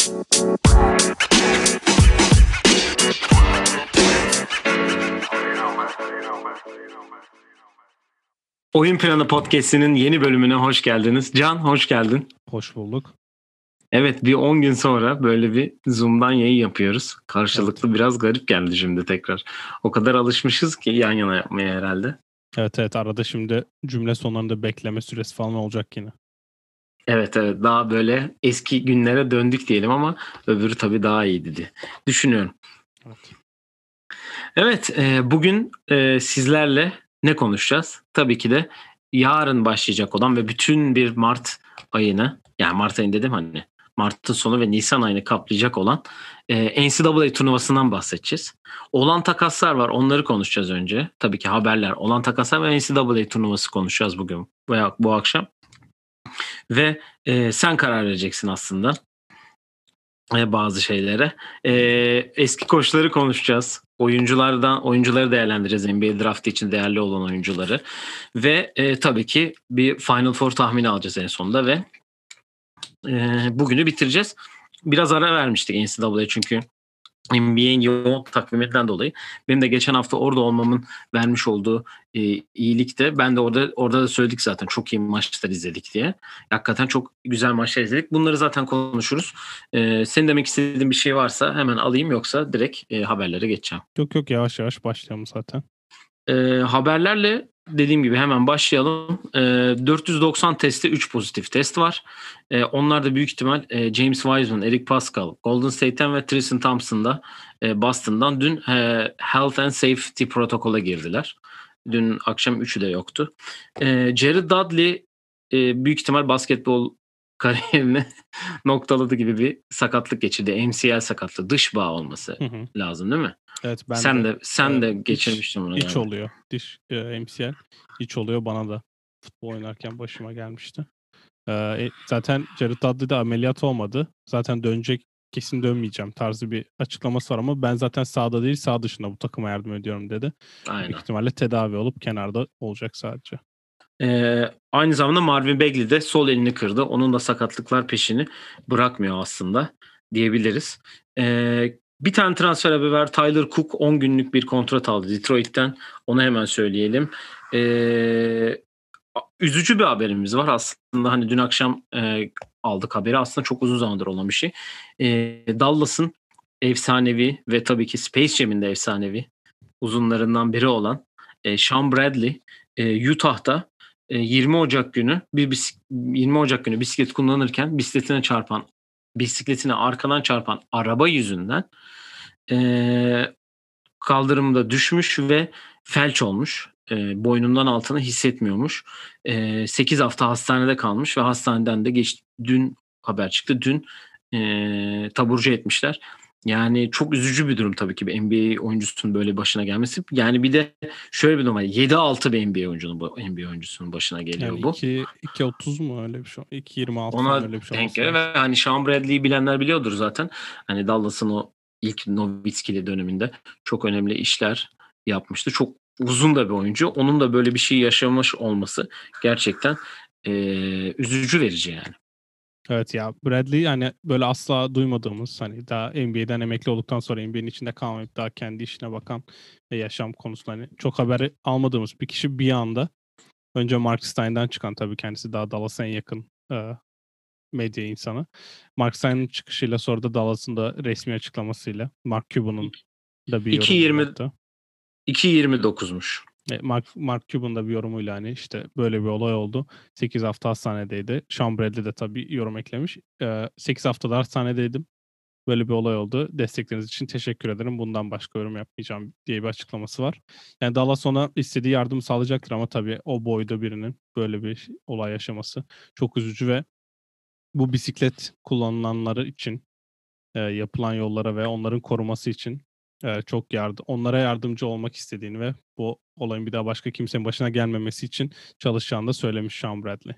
Oyun Planı Podcast'inin yeni bölümüne hoş geldiniz. Can, hoş geldin. Hoş bulduk. Evet, bir 10 gün sonra böyle bir Zoom'dan yayın yapıyoruz. Karşılıklı biraz garip geldi şimdi tekrar. O kadar alışmışız ki yan yana yapmaya herhalde. Evet arada şimdi cümle sonlarında bekleme süresi falan olacak yine. Evet daha böyle eski günlere döndük diyelim ama öbürü tabii daha iyiydi diye düşünüyorum. Evet, bugün sizlerle ne konuşacağız? Tabii ki de yarın başlayacak olan ve bütün bir Mart ayını, yani Mart ayını dedim hani Mart'ın sonu ve Nisan ayını kaplayacak olan NCAA turnuvasından bahsedeceğiz. Olan takaslar var, onları konuşacağız önce. Tabii ki haberler, olan takaslar ve NCAA turnuvası konuşacağız bugün veya bu akşam. Ve sen karar vereceksin aslında bazı şeylere. Eski koçları konuşacağız. Oyuncuları değerlendireceğiz. NBA draftı için değerli olan oyuncuları. Ve tabii ki bir Final Four tahmini alacağız en sonunda ve bugünü bitireceğiz. Biraz ara vermiştik NCAA'ya çünkü NBA'in yoğun takviminden dolayı. Benim de geçen hafta orada olmamın vermiş olduğu iyilik de, ben de orada da söyledik zaten, çok iyi maçlar izledik diye. Hakikaten çok güzel maçlar izledik. Bunları zaten konuşuruz. Senin demek istediğin bir şey varsa hemen alayım, yoksa direkt haberlere geçeceğim. Yok yavaş yavaş başlayalım zaten. Haberlerle dediğim gibi hemen başlayalım. 490 testte 3 pozitif test var. Onlar da büyük ihtimal James Wiseman, Eric Pascal, Golden State'ten ve Tristan Thompson'da Boston'dan dün Health and Safety protokola girdiler. Dün akşam 3'ü de yoktu. Jared Dudley büyük ihtimal basketbol kariyerini noktaladı gibi bir sakatlık geçirdi. MCL sakatlığı, dış bağ olması lazım değil mi? Evet, ben sen de geçirmiştin bunu. Hiç oluyor. Diş MCL hiç oluyor, bana da futbol oynarken başıma gelmişti. Zaten Jared Dudley de ameliyat olmadı. Zaten dönecek, kesin dönmeyeceğim tarzı bir açıklaması var ama ben zaten sahada değil sağ dışında bu takıma yardım ediyorum dedi. Aynen. Büyük ihtimalle tedavi olup kenarda olacak sadece. Aynı zamanda Marvin Bagley de sol elini kırdı. Onun da sakatlıklar peşini bırakmıyor aslında diyebiliriz. Bir tane transfer haberi var. Tyler Cook 10 günlük bir kontrat aldı Detroit'ten. Onu hemen söyleyelim. Üzücü bir haberimiz var aslında. Hani dün akşam aldık haberi. Aslında çok uzun zamandır olan bir şey. Dallas'ın efsanevi ve tabii ki Space Jam'in de efsanevi uzunlarından biri olan Sean Bradley Utah'ta 20 Ocak günü bisiklet kullanırken bisikletine arkadan çarpan araba yüzünden kaldırımda düşmüş ve felç olmuş. Boynundan altını hissetmiyormuş. 8 hafta hastanede kalmış ve hastaneden de dün haber çıktı. Dün taburcu etmişler. Yani çok üzücü bir durum tabii ki bir NBA oyuncusunun böyle başına gelmesi. Yani bir de şöyle bir durum var. 7-6 bir NBA oyuncusunun başına geliyor yani bu. 2.30 mu öyle bir şey? 2.26 Ona falan öyle bir şey denk geliyor ve hani Sean Bradley'i bilenler biliyordur zaten. Hani Dallas'ın o ilk Nowitzki'li döneminde çok önemli işler yapmıştı. Çok uzun da bir oyuncu. Onun da böyle bir şey yaşamış olması gerçekten üzücü verici yani. Evet ya, Bradley yani böyle asla duymadığımız, hani daha NBA'den emekli olduktan sonra NBA'nin içinde kalmayıp daha kendi işine bakan ve yaşam konusunda hani çok haber almadığımız bir kişi bir anda önce Mark Stein'den çıkan, tabii kendisi daha Dallas'a en yakın medya insanı. Mark Stein'ın çıkışıyla sonra da Dallas'ın da resmi açıklamasıyla Mark Cuban'ın da bir yorumu yaptı. 2.29'muş. Mark Cuban da bir yorumuyla hani işte böyle bir olay oldu. 8 hafta hastanedeydi. Sean Bradley de tabii yorum eklemiş. 8 haftada hastanedeydim. Böyle bir olay oldu. Destekleriniz için teşekkür ederim. Bundan başka yorum yapmayacağım diye bir açıklaması var. Yani Dallas ona istediği yardımı sağlayacaktır ama tabii o boyda birinin böyle bir olay yaşaması çok üzücü ve bu bisiklet kullanılanları için yapılan yollara ve onların koruması için çok onlara yardımcı olmak istediğini ve bu olayın bir daha başka kimsenin başına gelmemesi için çalışacağını da söylemiş Sean Bradley.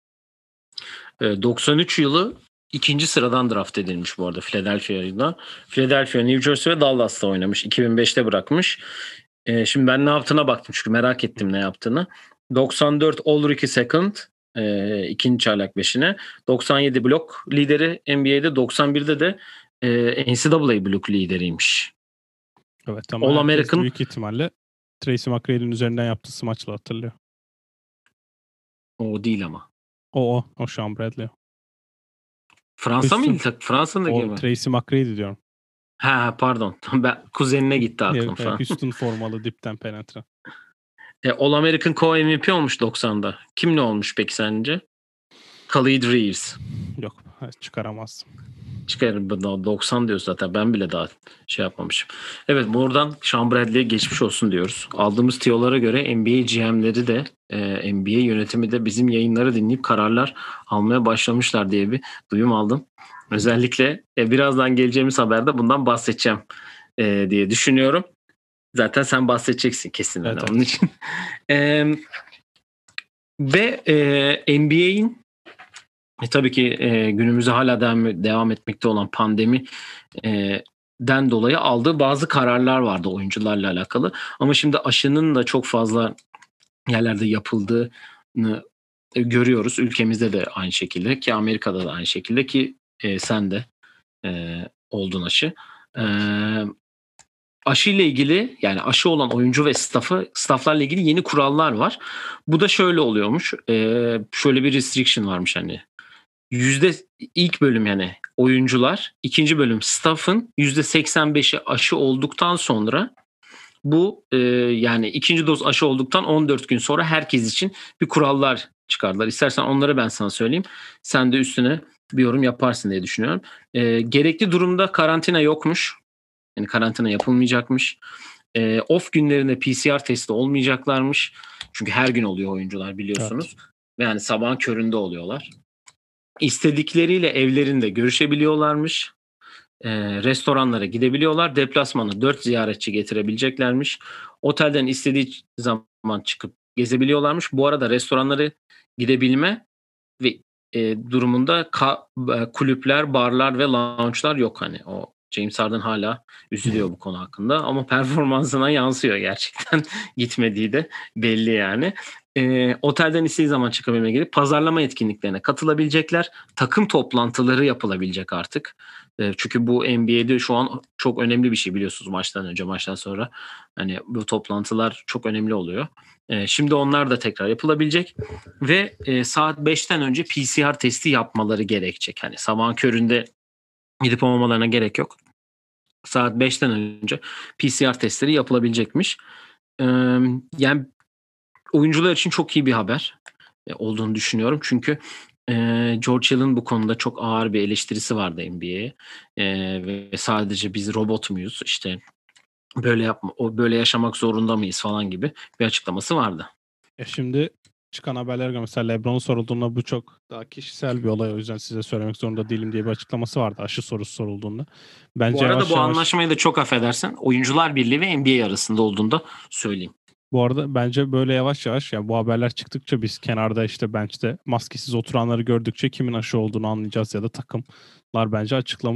93 yılı 2. sıradan draft edilmiş bu arada Philadelphia'da. Philadelphia, New Jersey ve Dallas'ta oynamış. 2005'te bırakmış. Şimdi ben ne yaptığına baktım çünkü merak ettim ne yaptığını. 94 All Rookie Second, ikinci çaylak beşine. 97 blok lideri NBA'de, 91'de de NCAA blok lideriymiş. Evet ama All herkes American büyük ihtimalle Tracy McGrady'nin üzerinden yaptığı smaçla hatırlıyor. o değil ama. O Sean Bradley. Fransa Houston, mıydı? Fransa'daki mi? Tracy McGrady diyorum. Ha pardon. Ben kuzenine gitti aklım falan. Houston formalı dipten penetre. All American Co-MVP olmuş 90'da. Kimle olmuş peki sence? Khalid Reeves. Yok çıkaramazdım. Çıkarım 90 diyoruz zaten. Ben bile daha şey yapmamışım. Evet, buradan Sean Bradley'e geçmiş olsun diyoruz. Aldığımız tiyolara göre NBA GM'leri de NBA yönetimi de bizim yayınları dinleyip kararlar almaya başlamışlar diye bir duyum aldım. Özellikle birazdan geleceğimiz haberde bundan bahsedeceğim diye düşünüyorum. Zaten sen bahsedeceksin kesin. Evet. Onun için. Ve NBA'in tabii ki günümüze hala devam etmekte olan pandemi den dolayı aldığı bazı kararlar vardı oyuncularla alakalı. Ama şimdi aşının da çok fazla yerlerde yapıldığını görüyoruz. Ülkemizde de aynı şekilde, ki Amerika'da da aynı şekilde, ki sen de oldun aşı. Aşı ile ilgili, yani aşı olan oyuncu ve stafflarla ilgili yeni kurallar var. Bu da şöyle oluyormuş. Şöyle bir restriction varmış hani. İlk bölüm yani oyuncular, ikinci bölüm staff'ın %85'i aşı olduktan sonra bu yani ikinci doz aşı olduktan 14 gün sonra herkes için bir kurallar çıkardılar. İstersen onları ben sana söyleyeyim. Sen de üstüne bir yorum yaparsın diye düşünüyorum. Gerekli durumda karantina yokmuş. Yani karantina yapılmayacakmış. Off günlerinde PCR testi olmayacaklarmış. Çünkü her gün oluyor oyuncular, biliyorsunuz. Evet. Ve yani sabahın köründe oluyorlar. İstedikleriyle evlerinde görüşebiliyorlarmış. Restoranlara gidebiliyorlar. Deplasmana 4 ziyaretçi getirebileceklermiş. Otelden istediği zaman çıkıp gezebiliyorlarmış. Bu arada restoranları gidebilme ve durumunda kulüpler, barlar ve lounge'lar yok hani. O James Harden hala üzülüyor bu konu hakkında ama performansına yansıyor gerçekten. Gitmediği de belli yani. Otelden istediği zaman çıkabilme gibi pazarlama etkinliklerine katılabilecekler. Takım toplantıları yapılabilecek artık. Çünkü bu NBA'de şu an çok önemli bir şey, biliyorsunuz, maçtan önce, maçtan sonra. Hani bu toplantılar çok önemli oluyor. Şimdi onlar da tekrar yapılabilecek ve saat 5'ten önce PCR testi yapmaları gerekecek. Hani sabahın köründe gidip olmamalarına gerek yok. Saat 5'ten önce PCR testleri yapılabilecekmiş. Yani oyuncular için çok iyi bir haber olduğunu düşünüyorum. Çünkü George Hill'in bu konuda çok ağır bir eleştirisi vardı NBA'ye. Ve sadece biz robot muyuz? İşte böyle yaşamak zorunda mıyız falan gibi bir açıklaması vardı. Şimdi çıkan haberler göre mesela LeBron'un sorulduğunda bu çok daha kişisel bir olay, o yüzden size söylemek zorunda değilim diye bir açıklaması vardı aşı sorusu sorulduğunda. Bence bu arada yavaş bu yavaş... anlaşmayı da çok affedersin, Oyuncular Birliği ve NBA arasında olduğunu da söyleyeyim. Bu arada bence böyle yavaş yavaş, yani bu haberler çıktıkça biz kenarda işte bench'te maskesiz oturanları gördükçe kimin aşı olduğunu anlayacağız ya da takımlar bence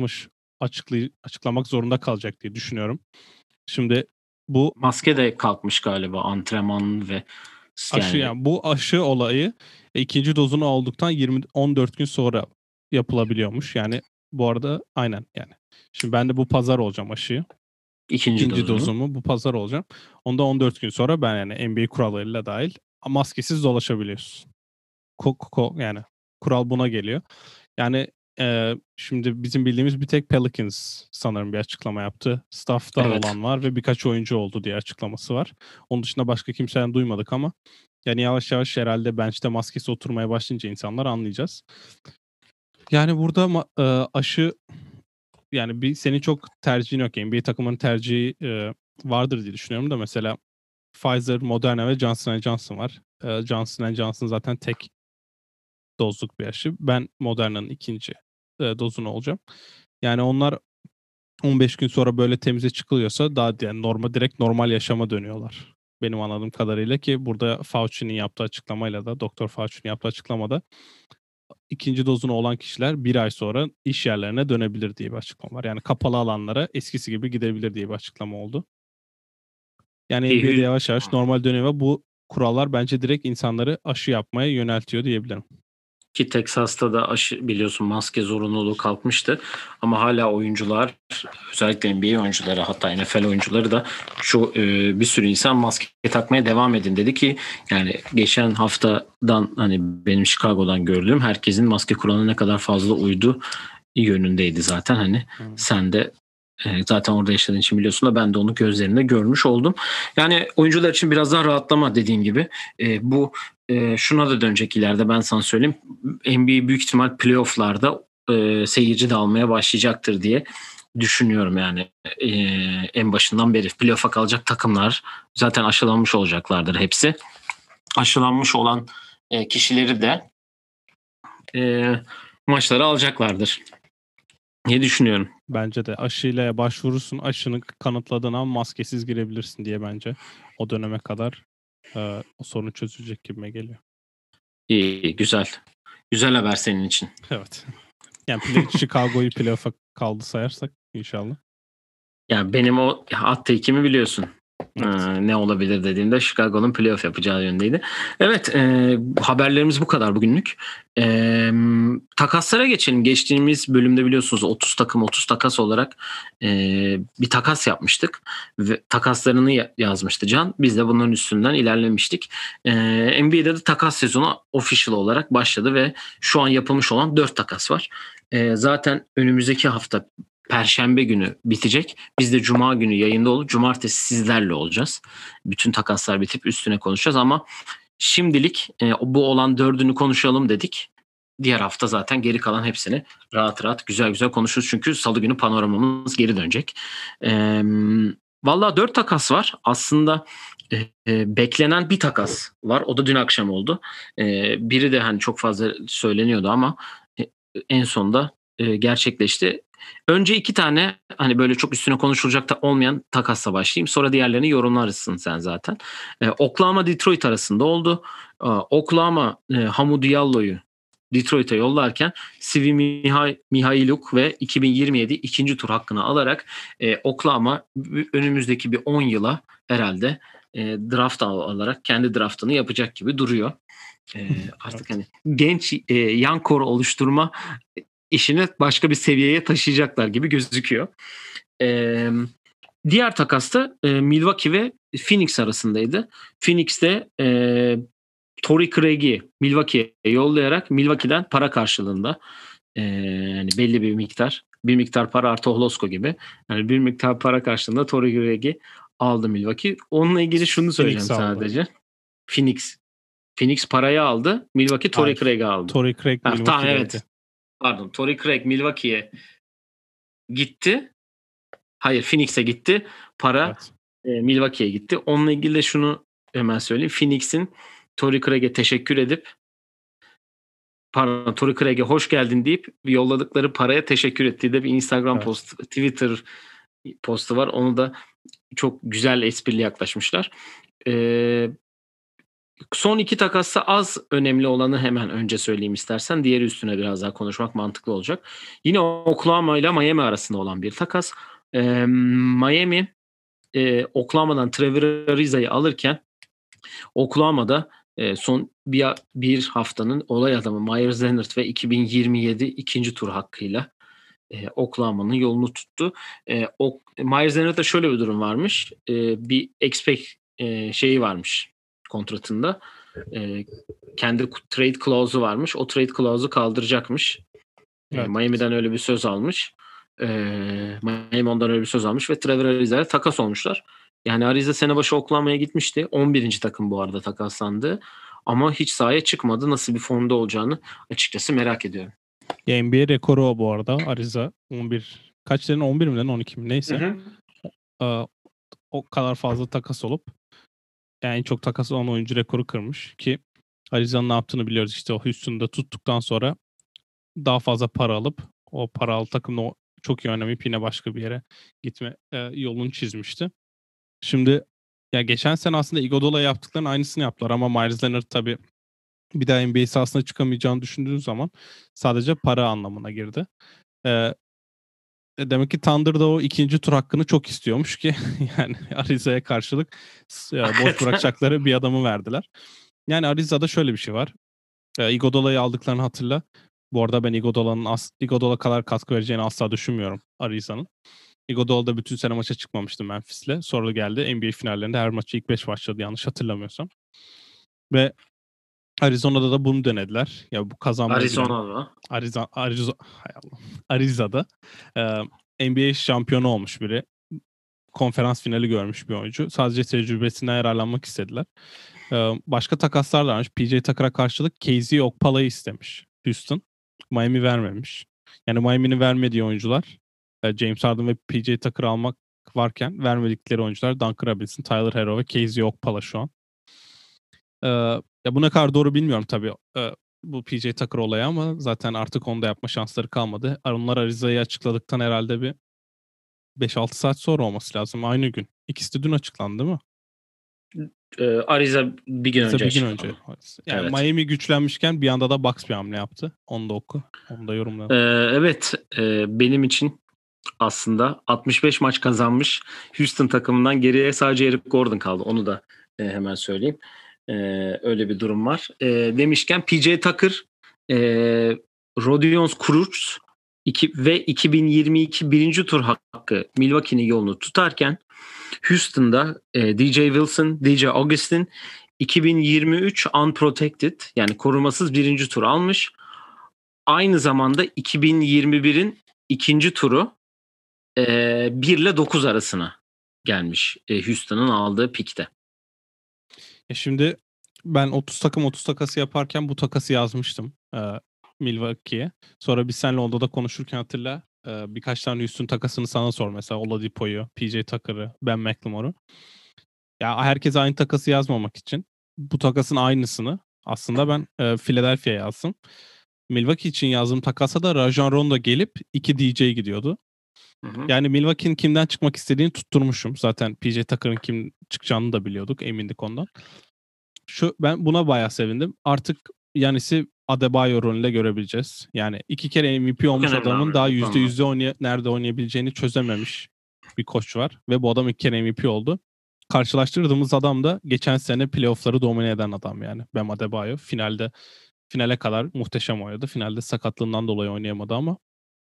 açıklamak zorunda kalacak diye düşünüyorum. Şimdi bu maske de kalkmış galiba, antrenman ve aşı, yani bu aşı olayı ikinci dozunu olduktan 14 gün sonra yapılabiliyormuş. Yani bu arada aynen yani. Şimdi ben de bu pazar olacağım aşıyı. İkinci dozumu bu pazar olacağım. Onda 14 gün sonra ben, yani NBA kurallarıyla dahil, maskesiz dolaşabiliyorsun. Yani kural buna geliyor. Yani şimdi bizim bildiğimiz bir tek Pelicans sanırım bir açıklama yaptı. Staff'tan olan var ve birkaç oyuncu oldu diye açıklaması var. Onun dışında başka kimseden duymadık ama yani yavaş yavaş herhalde bench'te maskesi oturmaya başlayınca insanlar anlayacağız. Yani burada aşı, yani senin çok tercihin yok. NBA takımının tercihi vardır diye düşünüyorum da, mesela Pfizer, Moderna ve Johnson & Johnson var. Johnson & Johnson zaten tek dozluk bir aşı. Ben Moderna'nın ikinci dozunu olacağım. Yani onlar 15 gün sonra böyle temize çıkılıyorsa daha yani direkt normal yaşama dönüyorlar. Benim anladığım kadarıyla, ki burada Fauci'nin yaptığı açıklamayla da, Doktor Fauci'nin yaptığı açıklamada ikinci dozunu olan kişiler bir ay sonra iş yerlerine dönebilir diye bir açıklama var. Yani kapalı alanlara eskisi gibi gidebilir diye bir açıklama oldu. Yani NBA'de yavaş yavaş normal dönüyor ve bu kurallar bence direkt insanları aşı yapmaya yöneltiyor diyebilirim. Ki Texas'ta da biliyorsun maske zorunluluğu kalkmıştı. Ama hala oyuncular, özellikle NBA oyuncuları, hatta NFL oyuncuları da bir sürü insan maske takmaya devam edin dedi ki, yani geçen haftadan hani benim Chicago'dan gördüğüm herkesin maske kuralına ne kadar fazla uydu yönündeydi zaten. Hani sen de zaten orada yaşadığın için biliyorsun da ben de onu gözlerinde görmüş oldum. Yani oyuncular için biraz daha rahatlama, dediğim gibi. Bu şuna da dönecek ileride, ben sana söyleyeyim. NBA büyük ihtimal playoff'larda seyirci de almaya başlayacaktır diye düşünüyorum yani. En başından beri playoff'a kalacak takımlar zaten aşılanmış olacaklardır hepsi. Aşılanmış olan kişileri de maçlara alacaklardır diye düşünüyorum. Bence de aşıyla başvurursun, aşını kanıtladığın an maskesiz girebilirsin diye bence. O döneme kadar o sorun çözülecek gibime geliyor. İyi, güzel. Güzel haber senin için. Evet. Yani Chicago'yu playoff'a kaldı sayarsak inşallah. Yani benim o hatta ikimi biliyorsun. Evet. Ne olabilir dediğimde Chicago'nun playoff yapacağı yöndeydi. Evet, haberlerimiz bu kadar bugünlük. Takaslara geçelim. Geçtiğimiz bölümde biliyorsunuz 30 takım 30 takas olarak bir takas yapmıştık. Ve takaslarını yazmıştı Can. Biz de bunların üstünden ilerlemiştik. NBA'de de takas sezonu official olarak başladı ve şu an yapılmış olan 4 takas var. Zaten önümüzdeki hafta Perşembe günü bitecek. Biz de Cuma günü yayında olup Cumartesi sizlerle olacağız. Bütün takaslar bitip üstüne konuşacağız ama şimdilik bu olan 4'ünü konuşalım dedik. Diğer hafta zaten geri kalan hepsini rahat rahat güzel konuşuruz. Çünkü Salı günü panoramamız geri dönecek. Vallahi 4 takas var. Aslında beklenen bir takas var. O da dün akşam oldu. Biri de hani çok fazla söyleniyordu ama en sonunda gerçekleşti. Önce 2 tane hani böyle çok üstüne konuşulacak da olmayan takasla başlayayım. Sonra diğerlerini yorumlarsın sen zaten. Oklahoma Detroit arasında oldu. Oklahoma Hamou Diallo'yu Detroit'e yollarken Sivi Mihailuk ve 2027 ikinci tur hakkını alarak Oklahoma önümüzdeki bir 10 yıla herhalde draft alarak kendi draftını yapacak gibi duruyor. Artık hani genç yan kor oluşturma işini başka bir seviyeye taşıyacaklar gibi gözüküyor. Diğer takasta Milwaukee ve Phoenix arasındaydı. Phoenix'te Torrey Craig'i Milwaukee'ye yollayarak Milwaukee'den para karşılığında yani belli bir miktar para artı Holosko gibi, yani bir miktar para karşılığında Torrey Craig'i aldı Milwaukee. Onunla ilgili şunu söyleyeceğim sadece. Phoenix parayı aldı. Milwaukee Torrey Craig'i aldı. Torrey Craig Milwaukee'deydi. Tamam, evet. Pardon. Torrey Craig Milwaukee'ye gitti. Hayır, Phoenix'e gitti. Para Milwaukee'ye gitti. Onunla ilgili de şunu hemen söyleyeyim. Phoenix'in Torrey Craig'e teşekkür edip Torrey Craig'e hoş geldin deyip yolladıkları paraya teşekkür ettiği de bir Instagram postu, Twitter postu var. Onu da çok güzel esprili yaklaşmışlar. Son 2 takasta az önemli olanı hemen önce söyleyeyim istersen. Diğeri üstüne biraz daha konuşmak mantıklı olacak. Yine Oklahoma ile Miami arasında olan bir takas. Miami Oklahoma'dan Trevor Ariza'yı alırken Oklahoma'da son bir haftanın olay adamı Myers Leonard ve 2027 ikinci tur hakkıyla Oklahoma'nın yolunu tuttu. Myers Leonard'da şöyle bir durum varmış. Bir expect şeyi varmış kontratında. Kendi trade clause'u varmış. O trade clause'u kaldıracakmış. Evet. Miami'den öyle bir söz almış. Miami ondan öyle bir söz almış ve Trevor Ariza'ya takas olmuşlar. Yani Ariza sene başı Oklahoma'ya gitmişti. 11. takım bu arada takaslandı. Ama hiç sahaya çıkmadı. Nasıl bir formda olacağını açıkçası merak ediyorum. NBA rekoru o bu arada Ariza. 11. Kaç dedin? 11 mi dedin? 12 mi? Neyse. O kadar fazla takas olup yani en çok takas olan oyuncu rekoru kırmış ki Ariza'nın ne yaptığını biliyoruz. İşte o Houston'da tuttuktan sonra daha fazla para alıp o paralı takımla çok iyi oynamayıp yine başka bir yere gitme yolunu çizmişti. Şimdi ya geçen sene aslında Iguodala yaptıklarının aynısını yaptılar ama Myers Leonard tabii bir daha NBA sahasına çıkamayacağını düşündüğünüz zaman sadece para anlamına girdi. Demek ki Thunder da o ikinci tur hakkını çok istiyormuş ki yani Ariza'ya karşılık boş Hakikaten. bırakacakları bir adamı verdiler. Yani Ariza'da şöyle bir şey var. Iguodala'yı aldıklarını hatırla. Bu arada ben Iguodala kadar katkı vereceğini asla düşünmüyorum Ariza'nın. Iguodala da bütün sene maça çıkmamıştı Memphis'le. Sonra geldi NBA finallerinde her maçı ilk 5 başladı yanlış hatırlamıyorsam. Ve Arizona'da da bunu denediler. Ya bu kazanmayı bilen Arizona'da. Hay Allah. Ariza'da NBA şampiyonu olmuş biri. Konferans finali görmüş bir oyuncu. Sadece tecrübesinden yararlanmak istediler. Başka takaslar da varmış. PJ Tucker'a karşılık KZ Okpala'yı istemiş Houston. Miami vermemiş. Yani Miami'nin vermediği oyuncular James Harden ve PJ Tucker almak varken vermedikleri oyuncular Duncan Robinson, Tyler Herro ve KZ Okpala şu an. Ya bu ne kadar doğru bilmiyorum tabii. Bu PJ Tucker olayı ama zaten artık onu da yapma şansları kalmadı. Onlar Ariza'yı açıkladıktan herhalde bir 5-6 saat sonra olması lazım. Aynı gün. İkisi de dün açıklandı değil mi? Ariza bir gün Ariza önce bir gün önce. açıklandı. Yani Evet. Miami güçlenmişken bir anda da Bucks bir hamle yaptı. Onu da oku. Onu da yorumla. Evet. Benim için aslında 65 maç kazanmış Houston takımından geriye sadece Eric Gordon kaldı. Onu da hemen söyleyeyim. Öyle bir durum var. Demişken PJ Tucker, Rodions Kuruc ve 2022 birinci tur hakkı Milwaukee'nin yolunu tutarken Houston'da DJ Wilson, DJ Augustin 2023 unprotected yani korumasız birinci tur almış. Aynı zamanda 2021'in ikinci turu 1 ile 9 arasına gelmiş Houston'ın aldığı pikte. Şimdi ben 30 takım 30 takası yaparken bu takası yazmıştım Milwaukee'ye. Sonra biz seninle odada konuşurken hatırla birkaç tane Houston takasını sana sor. Mesela Oladipo'yu, PJ Tucker'ı, Ben McLemore'u. Ya herkes aynı takası yazmamak için bu takasın aynısını aslında ben Philadelphia'ya yazdım. Milwaukee için yazdığım takasa da Rajon Rondo gelip 2 DJ gidiyordu. Hı hı. Yani Milwaukee'nin kimden çıkmak istediğini tutturmuşum. Zaten PJ Tucker'ın kim çıkacağını da biliyorduk. Emindik ondan. Ben buna bayağı sevindim. Artık Giannis'i Adebayo rolünde görebileceğiz. Yani 2 kere MVP Çok olmuş önemli adamın daha hamle. Tamam. %100'de nerede oynayabileceğini çözememiş bir koç var. Ve bu adam 2 kere MVP oldu. Karşılaştırdığımız adam da geçen sene playoff'ları domine eden adam yani. Bam Adebayo. Finale kadar muhteşem oynadı. Finalde sakatlığından dolayı oynayamadı ama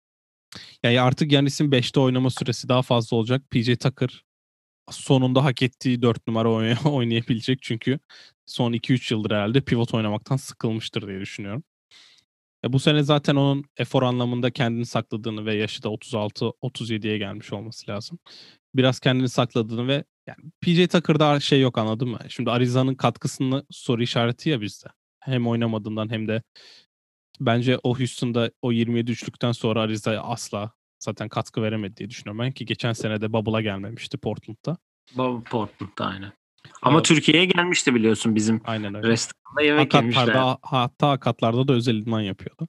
yani artık Giannis'in 5'te oynama süresi daha fazla olacak. PJ Tucker sonunda hak ettiği 4 numara oynayabilecek çünkü son 2-3 yıldır herhalde pivot oynamaktan sıkılmıştır diye düşünüyorum. Bu sene zaten onun efor anlamında kendini sakladığını ve yaşı da 36-37'ye gelmiş olması lazım. Biraz kendini sakladığını ve yani PJ Tucker'da şey yok anladın mı? Şimdi Ariza'nın katkısını soru işareti ya bizde. Hem oynamadığından hem de bence o Houston'da o 27 üçlükten sonra Ariza'ya asla zaten katkı veremedi diye düşünüyorum ben ki geçen sene de Bubble'a gelmemişti Portland'da. Portland'da aynen. Ama Ee, Türkiye'ye gelmişti biliyorsun bizim aynen öyle. restoranda yemek yemişler. Hatta akatlarda da özel idman yapıyordu.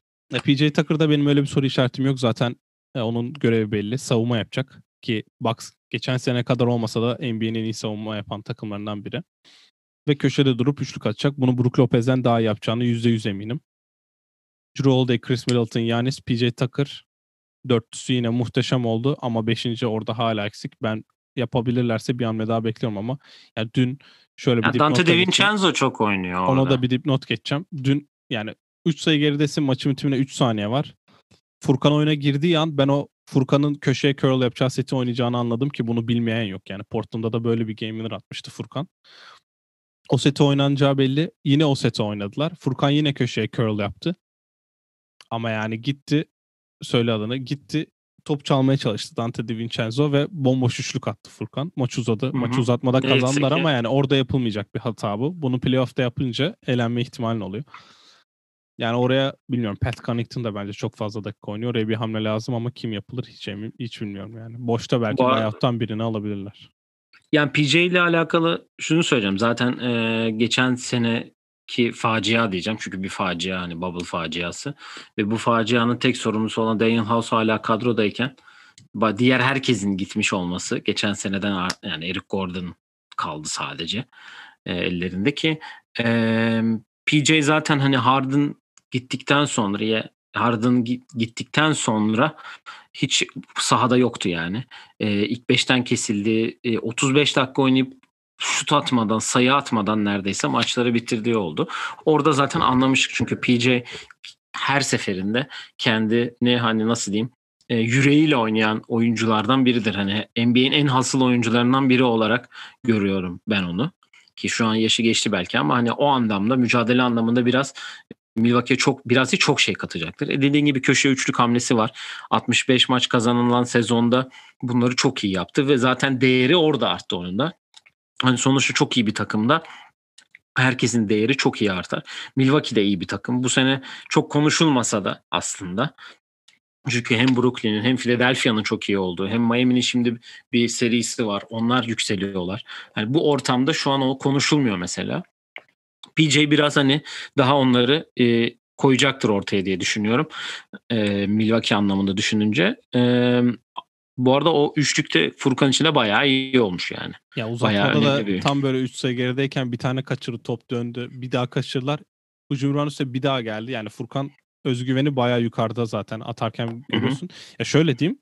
PJ Tucker'da benim öyle bir soru işaretim yok. Zaten onun görevi belli. Savunma yapacak. Ki Bucks geçen sene kadar olmasa da NBA'nin en iyi savunma yapan takımlarından biri. Ve köşede durup üçlük atacak. Bunu Brook Lopez'den daha iyi yapacağını %100 eminim. Jrue Holiday, Chris Middleton, Giannis, PJ Tucker dörtlüsü yine muhteşem oldu ama 5. orada hala eksik. Ben yapabilirlerse bir hamle daha bekliyorum ama yani dün şöyle bir Ya Dante dipnot da geçeyim. DiVincenzo çok oynuyor Ona da orada. bir dipnot geçeceğim. Dün yani 3 sayı geridesin maçın bitimine 3 saniye var. Furkan oyuna girdiği an ben o Furkan'ın köşeye curl yapacağı seti oynayacağını anladım ki bunu bilmeyen yok. Yani Portland'da da böyle bir game winner atmıştı Furkan. O seti oynanacağı belli. Yine o seti oynadılar. Furkan yine köşeye curl yaptı. Ama yani gitti söyle adını gitti top çalmaya çalıştı Dante DiVincenzo ve bomboş üçlük attı Furkan. Maç uzadı. Hı Maçı hı. uzatmada Neyse kazandılar ki. ama yani orada yapılmayacak bir hata bu. Bunu playoff'ta yapınca elenme ihtimalin oluyor. Yani oraya bilmiyorum Pat Connaughton da bence çok fazla dakika oynuyor. Oraya bir hamle lazım ama kim yapılır hiç bilmiyorum yani. Boşta belki buyout'tan birini alabilirler. Yani PJ ile alakalı şunu söyleyeceğim. Zaten geçen seneki facia diyeceğim. Çünkü bir facia hani bubble faciası. Ve bu facianın tek sorumlusu olan Daniel House hala kadrodayken diğer herkesin gitmiş olması geçen seneden yani Eric Gordon kaldı sadece ellerinde ki PJ zaten hani Harden gittikten sonra Harden gittikten sonra hiç sahada yoktu yani. İlk 5'ten kesildi. 35 dakika oynayıp şut atmadan, sayı atmadan neredeyse maçları bitirdiği oldu. Orada zaten anlamıştık çünkü PJ her seferinde kendini hani nasıl diyeyim yüreğiyle oynayan oyunculardan biridir. Hani NBA'in en hasıl oyuncularından biri olarak görüyorum ben onu. Ki şu an yaşı geçti belki ama hani o anlamda, mücadele anlamında biraz Milwaukee'ye çok şey katacaktır. Dediğin gibi köşe üçlük hamlesi var. 65 maç kazanılan sezonda bunları çok iyi yaptı ve zaten değeri orada arttı onun da. Hani sonuçta çok iyi bir takımda herkesin değeri çok iyi artar. Milwaukee de iyi bir takım. Bu sene çok konuşulmasa da aslında. Çünkü hem Brooklyn'in hem Philadelphia'nın çok iyi olduğu, hem Miami'nin şimdi bir serisi var. Onlar yükseliyorlar. Yani bu ortamda şu an o konuşulmuyor mesela. PJ biraz hani daha onları koyacaktır ortaya diye düşünüyorum. Milwaukee anlamında düşününce. Bu arada o üçlükte Furkan için de bayağı iyi olmuş yani. Ya Bayağı uzatmada önemli da bir. tam böyle 3 sayı gerideyken bir tane kaçırdı, top döndü. Bir daha kaçırdılar. Hücum reboundu üstüne bir daha geldi. Yani Furkan özgüveni bayağı yukarıda zaten, atarken görüyorsun. Ya şöyle diyeyim.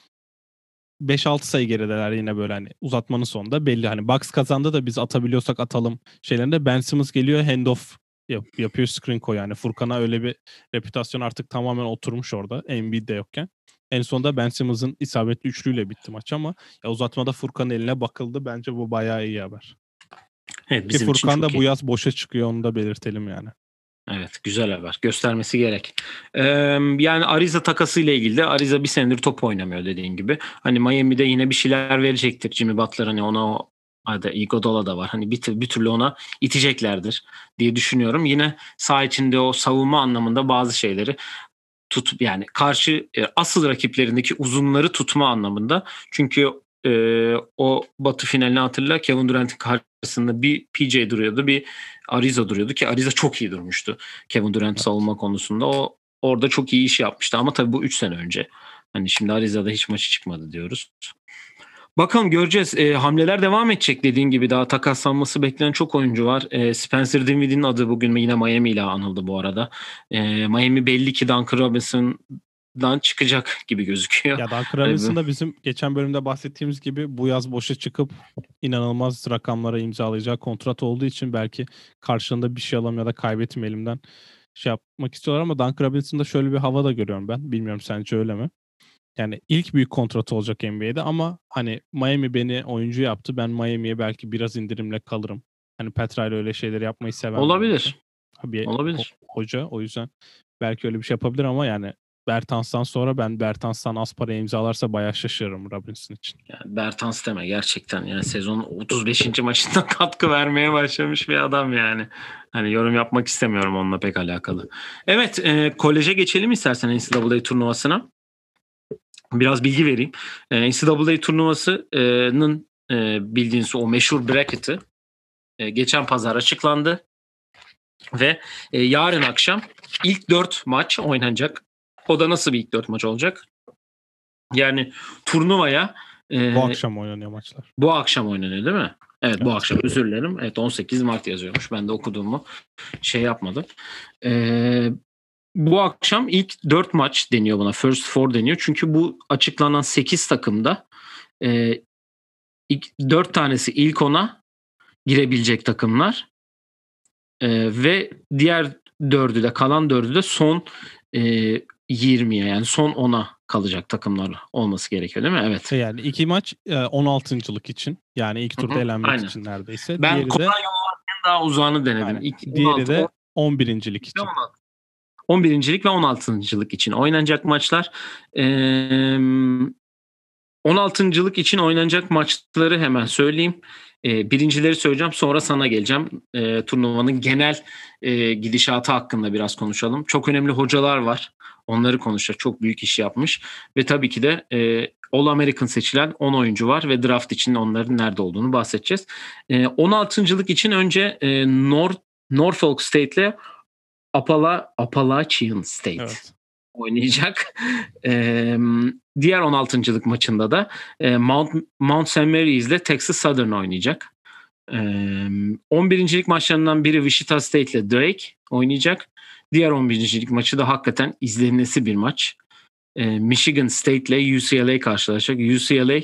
5-6 sayı gerideler yine böyle hani uzatmanın sonunda belli. Hani Bucks kazandı da biz atabiliyorsak atalım şeylerinde. Ben Simmons geliyor, handoff yapıyor, screen koyuyor. Yani Furkan'a öyle bir reputasyon artık tamamen oturmuş orada, Embiid de yokken. En sonunda Ben Simmons'ın isabetli üçlüyle bitti maç ama ya uzatmada Furkan'ın eline bakıldı. Bence bu bayağı iyi haber. Evet, Ki bizim için Furkan da çok bu iyi. yaz boşa çıkıyor, onu da belirtelim yani. Evet, güzel haber. Göstermesi gerek. Yani Ariza takası ile ilgili de Ariza bir senedir top oynamıyor dediğin gibi. Hani Miami'de yine bir şeyler verecektir. Jimmy Butler hani ona Iguodala da var. Hani bir türlü ona iteceklerdir diye düşünüyorum. Yine saha içinde o savunma anlamında bazı şeyleri yani karşı asıl rakiplerindeki uzunları tutma anlamında. Çünkü o Batı finalini hatırla, Kevin Durant'in karşısında bir PJ duruyordu, bir Ariza duruyordu ki Ariza çok iyi durmuştu Kevin Durant savunma konusunda. O orada çok iyi iş yapmıştı ama tabii bu 3 sene önce. Hani şimdi Ariza'da hiç maçı çıkmadı diyoruz. Bakalım, göreceğiz. Hamleler devam edecek dediğin gibi, daha takaslanması beklenen çok oyuncu var. Spencer Dinwiddie'nin adı bugün yine Miami ile anıldı bu arada. Miami belli ki Duncan Robinson'dan çıkacak gibi gözüküyor. Ya Duncan Robinson da bizim geçen bölümde bahsettiğimiz gibi bu yaz boşa çıkıp inanılmaz rakamlara imzalayacağı kontrat olduğu için belki karşılığında bir şey alalım ya da kaybetmeyelimden şey yapmak istiyorlar ama Duncan Robinson'da şöyle bir hava da görüyorum ben. Bilmiyorum, sence öyle mi? Yani ilk büyük kontratı olacak NBA'de ama hani Miami beni oyuncu yaptı. Ben Miami'ye belki biraz indirimle kalırım. Hani Petra'yla öyle şeyleri yapmayı seven bir oyuncu. Olabilir. Bir Olabilir. hoca, o yüzden belki öyle bir şey yapabilir ama yani Bertans'tan sonra ben Bertans'tan az para imzalarsa bayağı şaşırırım Robinson için. Yani Bertans deme gerçekten. Yani sezonun 35. maçında katkı vermeye başlamış bir adam yani. Hani yorum yapmak istemiyorum onunla pek alakalı. Evet, koleje geçelim istersen, NCAA turnuvasına. Biraz bilgi vereyim. NCAA turnuvasının bildiğiniz o meşhur bracket'ı geçen pazar açıklandı. Ve yarın akşam ilk 4 maç oynanacak. O da nasıl bir ilk 4 maç olacak? Yani turnuvaya Bu akşam oynanıyor maçlar. bu akşam oynanıyor değil mi? Evet, bu Evet. akşam, özür dilerim. Evet, 18 Mart yazıyormuş. Ben de okuduğumu şey yapmadım. Bu akşam ilk 4 maç deniyor buna. First Four deniyor. Çünkü bu açıklanan 8 takımda 4 tanesi ilk 10'a girebilecek takımlar. Ve diğer kalan 4'ü de son 20'ye, yani son 10'a kalacak takımlar olması gerekiyor değil mi? Evet. Yani iki maç 16.lık için. Yani ilk turda elenmek Aynen. için neredeyse. Ben Diğeri kolay de yollarken daha uzağını denedim. aynen. İlk Diğeri 16, de 11.lik için. 11. ve 16.lık için oynanacak maçlar. 16.lık için oynanacak maçları hemen söyleyeyim. Birincileri söyleyeceğim, sonra sana geleceğim. Turnuvanın genel gidişatı hakkında biraz konuşalım. Çok önemli hocalar var. Onları konuşacak. Çok büyük iş yapmış. Ve tabii ki de All American seçilen 10 oyuncu var ve draft için onların nerede olduğunu bahsedeceğiz. 16.lık için önce Norfolk State ile Appalachian State oynayacak. Diğer 16.lık maçında da Mount St. Mary's ile Texas Southern oynayacak. 11.lik maçlarından biri Wichita State ile Drake oynayacak. Diğer 11. lig maçı da hakikaten izlenmesi bir maç. Michigan State ile UCLA karşılaşacak. UCLA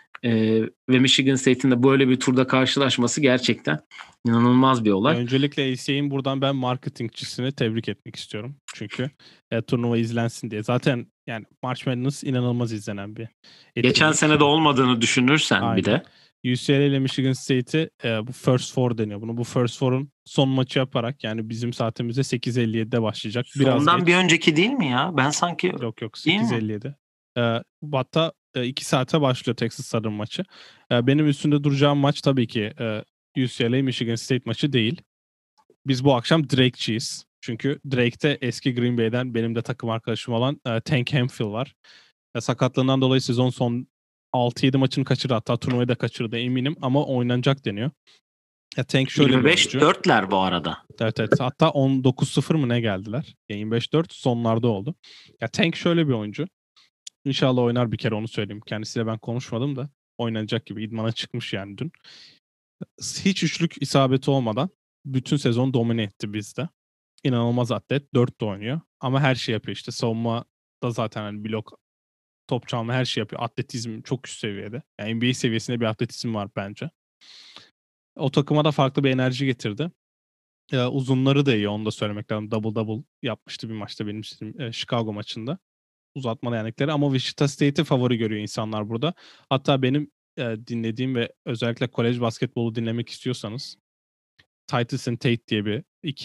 ve Michigan State'in de böyle bir turda karşılaşması gerçekten inanılmaz bir olay. Öncelikle ACA'nin buradan ben marketingçisini tebrik etmek istiyorum. Çünkü turnuva izlensin diye. Zaten yani March Madness inanılmaz izlenen bir etkinlik. Geçen sene de olmadığını düşünürsen Aynen. bir de. UCLA ile Michigan State'i bu First Four deniyor. Bu First Four'un son maçı yaparak yani bizim saatimizde 8.57'de başlayacak. Biraz Sondan geç. bir önceki değil mi ya? Ben sanki... Yok 8.57. Hatta 2 saate başlıyor Texas Southern maçı. Benim üstünde duracağım maç tabii ki UCLA Michigan State maçı değil. Biz bu akşam Drake'ciyiz. Çünkü Drake'te eski Green Bay'den benim de takım arkadaşım olan Tank Hemphill var. Sakatlığından dolayı sezon son 6-7 maçını kaçırdı. Hatta turnuvayı da kaçırdı eminim ama oynanacak deniyor. Tank şöyle 25-4'ler bu arada. Evet. Hatta 19-0 mı ne geldiler? 25-4 sonlarda oldu. Tank şöyle bir oyuncu. İnşallah oynar bir kere, onu söyleyeyim. Kendisiyle ben konuşmadım da oynanacak gibi. İdmana çıkmış yani dün. Hiç üçlük isabeti olmadan bütün sezon domine etti bizde. İnanılmaz atlet. 4 de oynuyor. Ama her şey yapıyor işte. Savunma da zaten hani blok, top çalma, her şey yapıyor. Atletizm çok üst seviyede. Yani NBA seviyesinde bir atletizm var bence. O takıma da farklı bir enerji getirdi. Uzunları da iyi, onu da söylemek lazım. Double yapmıştı bir maçta benim istediğim Chicago maçında. Uzatmalı yenlikleri ama Wichita State'i favori görüyor insanlar burada. Hatta benim dinlediğim ve özellikle kolej basketbolu dinlemek istiyorsanız Titus and Tate diye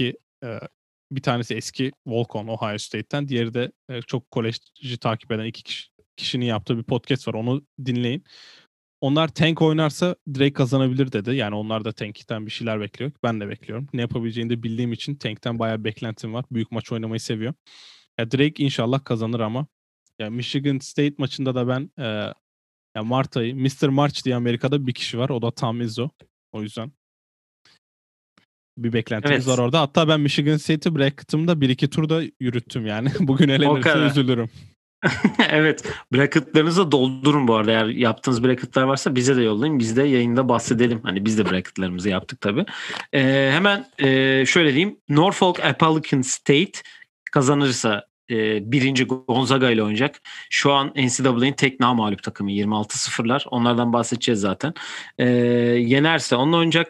bir tanesi eski Volcon Ohio State'ten, diğeri de çok kolejci takip eden iki kişinin yaptığı bir podcast var. Onu dinleyin. Onlar Tank oynarsa Drake kazanabilir dedi. Yani onlar da Tank'ten bir şeyler bekliyor. Ben de bekliyorum. Ne yapabileceğini de bildiğim için Tank'ten bayağı beklentim var. Büyük maç oynamayı seviyor. Drake inşallah kazanır ama Michigan State maçında da ben Mart ayı Mr. March diye Amerika'da bir kişi var. O da Tom Izzo. O yüzden bir beklentimiz var orada. Hatta ben Michigan State'i bracket'ımda 1-2 turda yürüttüm yani. Bugün elenirse üzülürüm. Evet. Bracket'larınızı doldurun bu arada. Eğer yaptığınız bracket'lar varsa bize de yollayın. Biz de yayında bahsedelim. Hani biz de bracket'larımızı yaptık tabii. Hemen şöyle diyeyim. Norfolk Appalachian State kazanırsa birinci Gonzaga ile oynayacak. Şu an NCAA'nin tek namağlup takımı 26-0'lar. Onlardan bahsedeceğiz zaten. Yenerse onunla oynayacak.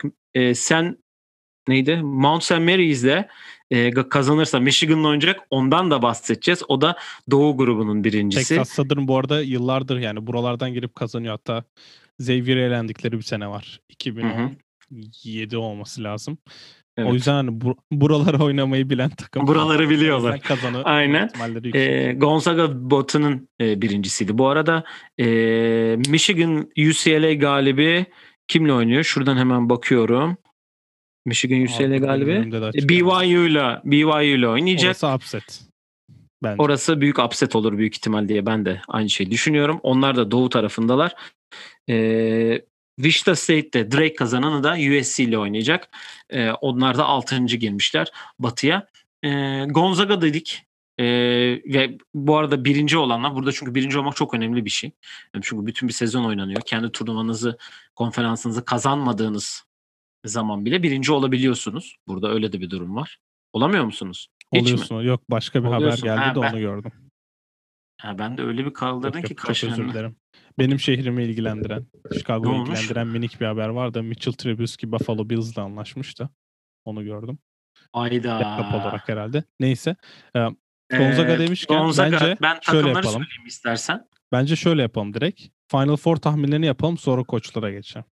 Mount St. Mary's'de kazanırsa Michigan'la oynayacak. Ondan da bahsedeceğiz. O da Doğu grubunun birincisi. Texas Southern bu arada yıllardır yani buralardan girip kazanıyor. Hatta Xavier'e elendikleri bir sene var. 2017 olması lazım. Evet. O yüzden hani buraları oynamayı bilen takım. Buraları biliyorlar. Aynen. Gonzaga Batı'nın birincisiydi. Bu arada Michigan UCLA galibi kimle oynuyor? Şuradan hemen bakıyorum. Michigan UCLA galibi BYU ile oynayacak. Orası upset. Bence. Orası büyük upset olur büyük ihtimal diye ben de aynı şeyi düşünüyorum. Onlar da doğu tarafındalar. Wichita State'de Drake kazananı da USC ile oynayacak. Onlar da 6. girmişler batıya. Gonzaga dedik. Ve bu arada birinci olanlar burada, çünkü birinci olmak çok önemli bir şey. Çünkü bütün bir sezon oynanıyor. Kendi turnuvanızı, konferansınızı kazanmadığınız zaman bile birinci olabiliyorsunuz. Burada öyle de bir durum var. Olamıyor musunuz? Oluyorsun. Yok, başka bir haber geldi de onu gördüm. Ben de öyle bir kaldırdın ki kaşınını. Özür dilerim. Benim şehrimi ilgilendiren, Chicago'yu ilgilendiren minik bir haber var da Mitchell Trubisky Buffalo Bills'la anlaşmış da onu gördüm. Ayda. Backup olarak herhalde. Neyse. Gonzaga demişken ben takımları söyleyeyim istersen. Bence şöyle yapalım direkt. Final Four tahminlerini yapalım, sonra koçlara geçelim.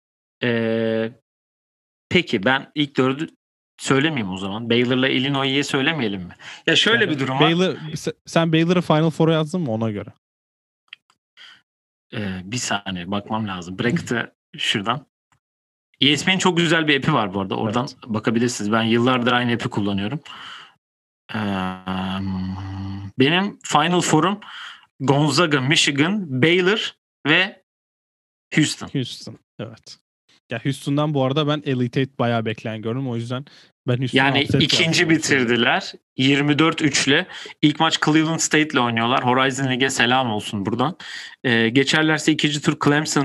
Peki ben ilk 4'ü söylemeyeyim o zaman. Baylor'la Illinois'ye söylemeyelim mi? Ya şöyle yani, bir durum var. Sen Baylor'ı Final Four'a yazdın mı ona göre? Bir saniye bakmam lazım. Bracket'ı şuradan. ESPN'in çok güzel bir app'i var bu arada. Oradan bakabilirsiniz. Ben yıllardır aynı app'i kullanıyorum. Benim Final Four'um Gonzaga, Michigan, Baylor ve Houston. Evet. Ya Houston'dan bu arada ben Elite 8 bayağı bekleyen gördüm. O yüzden ben Houston'u yani ikinci bitirdiler. 24-3'le. İlk maç Cleveland State'le oynuyorlar. Horizon League'e selam olsun buradan. Geçerlerse ikinci tur Clemson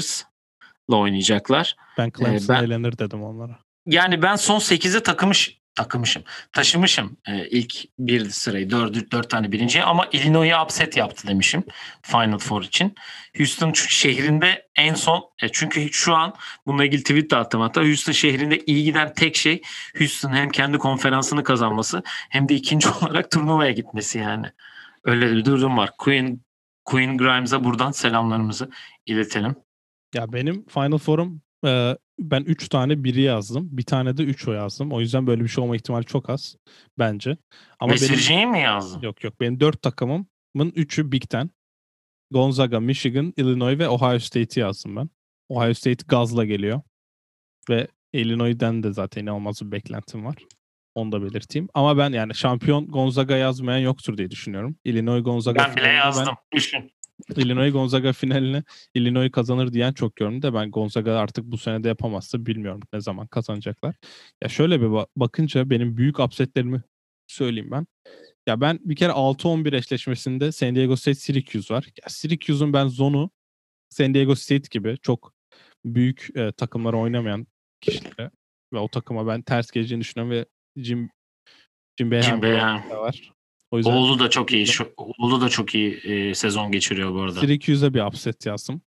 Rutgers'la oynayacaklar. Ben Clemson elenir dedim onlara. Yani ben son 8'e Taşımışım ilk bir sırayı. 4 tane birinciye ama Illinois'u upset yaptı demişim Final Four için. Houston şehrinde en son çünkü şu an bununla ilgili tweet de attım hatta. Houston şehrinde iyi giden tek şey Houston hem kendi konferansını kazanması hem de ikinci olarak turnuvaya gitmesi yani. Öyle bir durum var. Queen Grimes'a buradan selamlarımızı iletelim. Ya benim Final Four'um ben 3 tane biri yazdım. Bir tane de 3 o yazdım. O yüzden böyle bir şey olma ihtimali çok az bence. Ama West Virginia'yı mı yazdın? Yok. Benim 4 takımımın 3'ü Big Ten. Gonzaga, Michigan, Illinois ve Ohio State'i yazdım ben. Ohio State gazla geliyor. Ve Illinois'den de zaten inanılmaz bir beklentim var. Onu da belirteyim. Ama ben yani şampiyon Gonzaga yazmayan yoktur diye düşünüyorum. Illinois Gonzaga Ben bile yazdım. Düşün. Illinois Gonzaga finalini Illinois kazanır diyen çok gördüm de ben Gonzaga artık bu sene de yapamazsa bilmiyorum ne zaman kazanacaklar. Ya şöyle bir bakınca benim büyük upsetlerimi söyleyeyim ben. Ya ben bir kere 6-11 eşleşmesinde San Diego State Syracuse var. Ya Syracuse'un ben zonu San Diego State gibi çok büyük takımlara oynamayan kişilere ve o takıma ben ters geleceğini düşünüyorum ve Jim Boeheim var. O yüzden Oğlu da çok iyi sezon geçiriyor bu arada. Syracuse'a bir upset yazdım.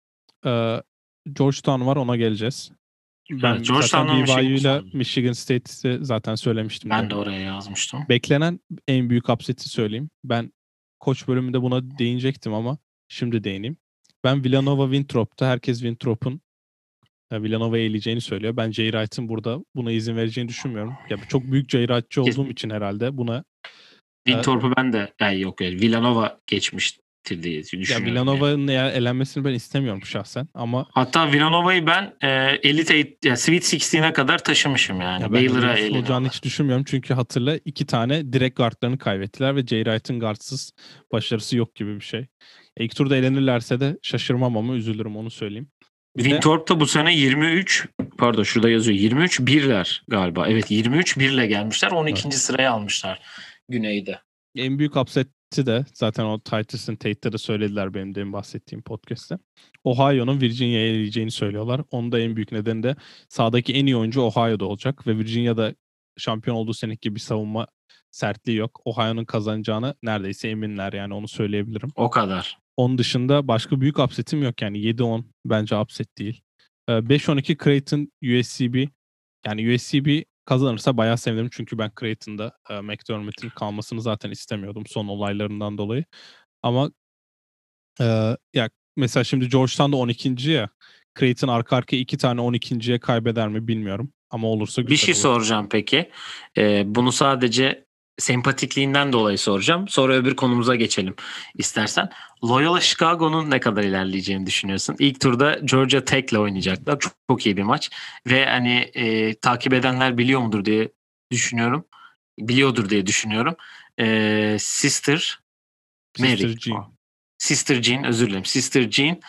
Georgetown var, ona geleceğiz. Ben evet, zaten BYU ile Michigan State'i zaten söylemiştim. Ben de oraya yazmıştım. Beklenen en büyük upset'i söyleyeyim. Ben koç bölümünde buna değinecektim ama şimdi değineyim. Ben Villanova-Winthrop'ta herkes Winthrop'un Villanova'ya eğileceğini söylüyor. Ben Jay Wright'ın burada buna izin vereceğini düşünmüyorum. Ya çok büyük Jay Wright'çı olduğum için herhalde buna Winthrop'u ben de yok Villanova geçmiştir diye düşünüyorum. Ya Villanova'nın elenmesini ben istemiyorum şahsen ama hatta Villanova'yı ben Elite Sweet 16'e kadar taşımışım yani. Ya Baylor'a olacağını hiç düşünmüyorum çünkü hatırla 2 tane direkt guardlarını kaybettiler ve Jay Wright'ın guardsız başarısı yok gibi bir şey. İlk turda elenirlerse de şaşırmam ama üzülürüm, onu söyleyeyim. Winthrop da bu sene şurada yazıyor 23-1'ler galiba. Evet 23-1'le gelmişler. 12. Evet. Sıraya almışlar güneyde. En büyük upset'i de zaten o Titus'ın Tate'de de söylediler benim demin bahsettiğim podcast'te. Ohio'nun Virginia'ya eleyeceğini söylüyorlar. Onun da en büyük nedeni de sahadaki en iyi oyuncu Ohio'da olacak ve Virginia'da şampiyon olduğu seneki gibi bir savunma sertliği yok. Ohio'nun kazanacağını neredeyse eminler, yani onu söyleyebilirim. O kadar. Onun dışında başka büyük upset'im yok yani 7-10 bence upset değil. 5-12 Creighton USCB, yani USCB kazanırsa bayağı sevinirim çünkü ben Creighton'da McDermott'in kalmasını zaten istemiyordum son olaylarından dolayı. Ama ya mesela şimdi Georgetown'da 12. ya, Creighton arka arkaya 2 tane 12.ye kaybeder mi bilmiyorum. Ama olursa güzel bir şey olur. Soracağım peki. Bunu sadece sempatikliğinden dolayı soracağım. Sonra öbür konumuza geçelim istersen. Loyola Chicago'nun ne kadar ilerleyeceğini düşünüyorsun? İlk turda Georgia Tech'le oynayacaklar. Çok, çok iyi bir maç. Ve hani takip edenler biliyordur diye düşünüyorum. Sister Jean, özür dilerim. Sister Jean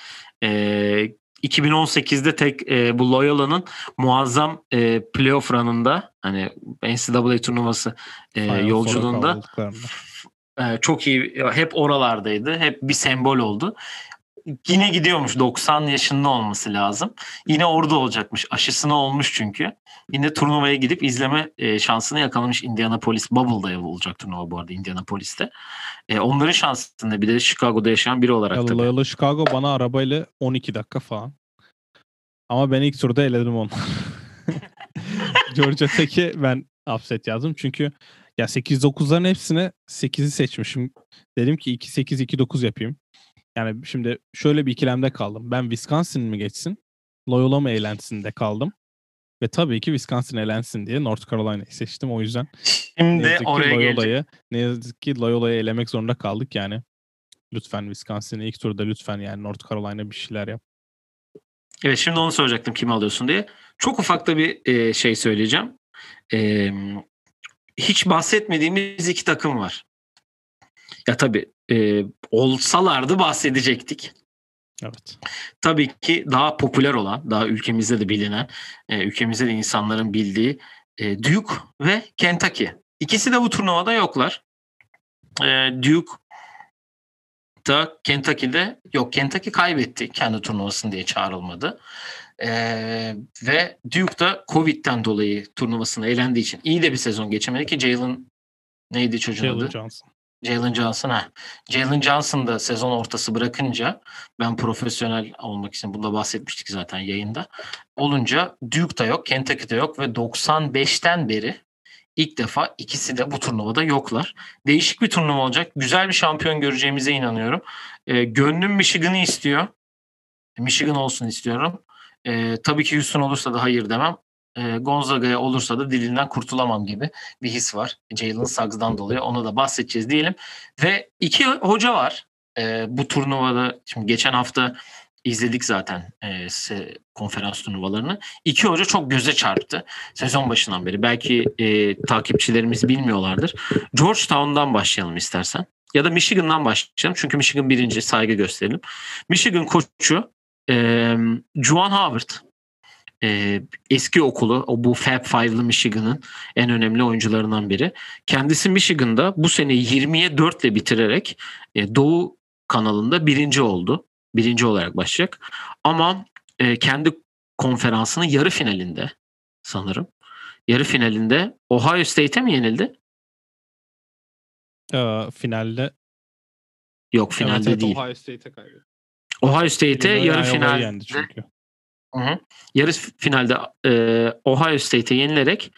2018'de bu Loyola'nın muazzam playoff run'ında, hani NCAA turnuvası yolculuğunda çok iyi, hep oralardaydı. Hep bir sembol oldu. Yine gidiyormuş, 90 yaşında olması lazım. Yine orada olacakmış. Aşısını olmuş çünkü. Yine turnuvaya gidip izleme şansını yakalamış. Indianapolis Bubble'da olacak turnuva bu arada, Indianapolis'te. Onların şansında, bir de Chicago'da yaşayan biri olarak tabii. Loyola Chicago bana arabayla 12 dakika falan. Ama ben ilk turda eledim onu. Georgia Tech'i ben upset yazdım. Çünkü ya 8-9'ların hepsine 8'i seçmişim. Dedim ki 2-8, 2-9 yapayım. Yani şimdi şöyle bir ikilemde kaldım. Ben Wisconsin mi geçsin, Loyola mı eğlensin de kaldım. Ve tabii ki Wisconsin eğlensin diye North Carolina'yı seçtim. O yüzden şimdi oraya ne yazık ki Loyola'yı elemek zorunda kaldık yani. Lütfen Wisconsin'i ilk turda lütfen, yani North Carolina bir şeyler yap. Evet, şimdi onu soracaktım kimi alıyorsun diye. Çok ufak da bir şey söyleyeceğim. Hiç bahsetmediğimiz 2 takım var. Ya tabii olsalardı bahsedecektik. Evet. Tabii ki daha popüler olan, daha ülkemizde de bilinen, ülkemizde de insanların bildiği Duke ve Kentucky. İkisi de bu turnuvada yoklar. Duke da Kentucky'de yok. Kentucky kaybetti. Kendi turnuvasını diye çağrılmadı. Ve Duke da Covid'den dolayı turnuvasına elendiği için iyi de bir sezon geçemedi ki Jalen neydi çocuğun Jalen adı? Johnson. Jalen Johnson. Jalen Johnson da sezon ortası bırakınca ben profesyonel olmak için bunda bahsetmiştik zaten yayında. Olunca Duke'da yok, Kentucky'de yok ve 95'ten beri ilk defa ikisi de bu turnuvada yoklar. Değişik bir turnuva olacak. Güzel bir şampiyon göreceğimize inanıyorum. Gönlüm Michigan'ı istiyor. Michigan olsun istiyorum. Tabii ki Houston olursa da hayır demem. Gonzaga'ya olursa da dilinden kurtulamam gibi bir his var. Jalen Suggs'dan dolayı onu da bahsedeceğiz diyelim. Ve iki hoca var. Bu turnuvada şimdi geçen hafta izledik zaten konferans turnuvalarını. İki hoca çok göze çarptı sezon başından beri. Belki takipçilerimiz bilmiyorlardır. Georgetown'dan başlayalım istersen. Ya da Michigan'dan başlayalım. Çünkü Michigan birinci, saygı gösterelim. Michigan koçu Juwan Howard. Eski okulu, bu Fab Five'lı Michigan'ın en önemli oyuncularından biri. Kendisi Michigan'da bu sene 20'ye 4 ile bitirerek Doğu kanalında birinci oldu. Birinci olarak başlayacak. Ama kendi konferansının yarı finalinde sanırım. Yarı finalinde Ohio State'e mi yenildi? Finalde. Yok, finalde evet, değil. Ohio State'e kaybetti. Ohio State'e yarı finalde yendi çünkü. Hı. Yarı finalde Ohio State'e yenilerek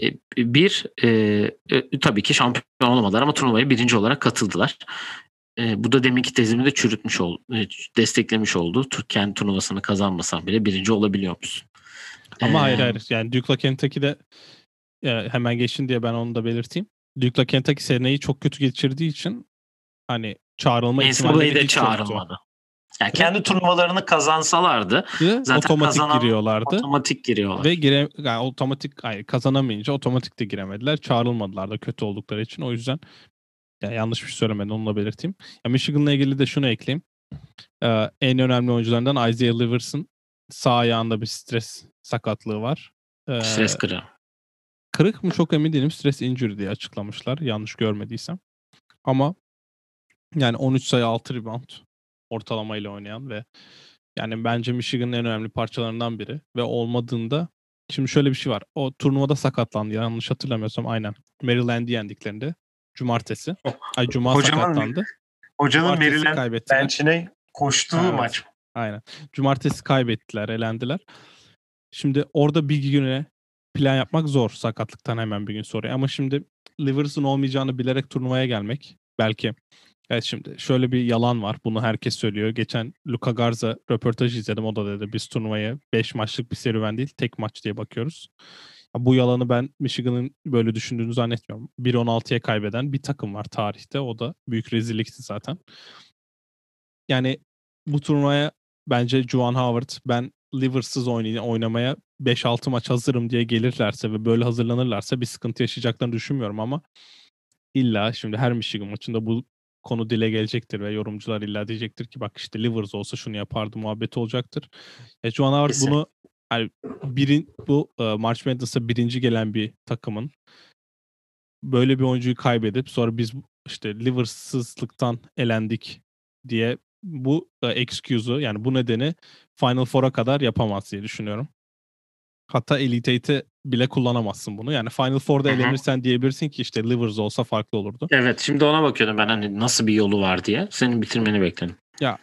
tabii ki şampiyon olamadılar ama turnuvaya birinci olarak katıldılar. Bu da deminki tezimi de çürütmüş oldu, desteklemiş oldu. Kendi turnuvasını kazanmasan bile birinci olabiliyor musun? Ama hayır. Yani Duke'la Kentucky'de hemen geçin diye ben onu da belirteyim. Duke'la Kentucky seneyi çok kötü geçirdiği için hani çağrılma ihtimalleri de hiç çağrılmadı. yoktu. Yani kendi turnuvalarını kazansalardı zaten otomatik giriyorlardı. Otomatik giriyorlar. Ve kazanamayınca otomatik de giremediler. Çağrılmadılar da kötü oldukları için. O yüzden yanlış bir şey söylemedim, onu da belirteyim. Michigan'la ilgili de şunu ekleyeyim. En önemli oyuncularından Isaiah Livers'ın sağ ayağında bir stres sakatlığı var. Stres kırığı. Kırık mı çok emin değilim. Stres injury diye açıklamışlar. Yanlış görmediysem. Ama yani 13 sayı 6 rebound ortalamayla oynayan ve yani bence Michigan'ın en önemli parçalarından biri ve olmadığında şimdi şöyle bir şey var. O turnuvada sakatlandı. Yanlış hatırlamıyorsam aynen. Maryland'i yendiklerinde cumartesi. Cuma sakatlandı. Hocanın Maryland kaybettiler. bench'ine koştuğu maç. Aynen. Cumartesi kaybettiler, elendiler. Şimdi orada bir güne plan yapmak zor sakatlıktan hemen bir gün sonra. Ama şimdi Livers'ın olmayacağını bilerek turnuvaya gelmek belki. Evet, şimdi şöyle bir yalan var. Bunu herkes söylüyor. Geçen Luka Garza röportaj izledim. O da dedi biz turnuvaya 5 maçlık bir serüven değil tek maç diye bakıyoruz. Bu yalanı ben Michigan'ın böyle düşündüğünü zannetmiyorum. 1-16'ya kaybeden bir takım var tarihte. O da büyük rezillikti zaten. Yani bu turnuvaya bence Juwan Howard ben Livers'sız oynamaya 5-6 maç hazırım diye gelirlerse ve böyle hazırlanırlarsa bir sıkıntı yaşayacaklarını düşünmüyorum ama illa şimdi her Michigan maçında bu konu dile gelecektir ve yorumcular illa diyecektir ki bak işte Livers olsa şunu yapardı muhabbeti olacaktır. Juwan Howard Kesin. bunu yani bu March Madness'a birinci gelen bir takımın böyle bir oyuncuyu kaybedip sonra biz işte Livers'sızlıktan elendik diye bu excuse'u yani bu nedeni Final Four'a kadar yapamaz diye düşünüyorum. Hatta Elite Eight'e bile kullanamazsın bunu. Yani Final Four'da elenirsen diyebilirsin ki işte Livers olsa farklı olurdu. Evet, şimdi ona bakıyordum ben hani nasıl bir yolu var diye. Senin bitirmeni bekledim. Ya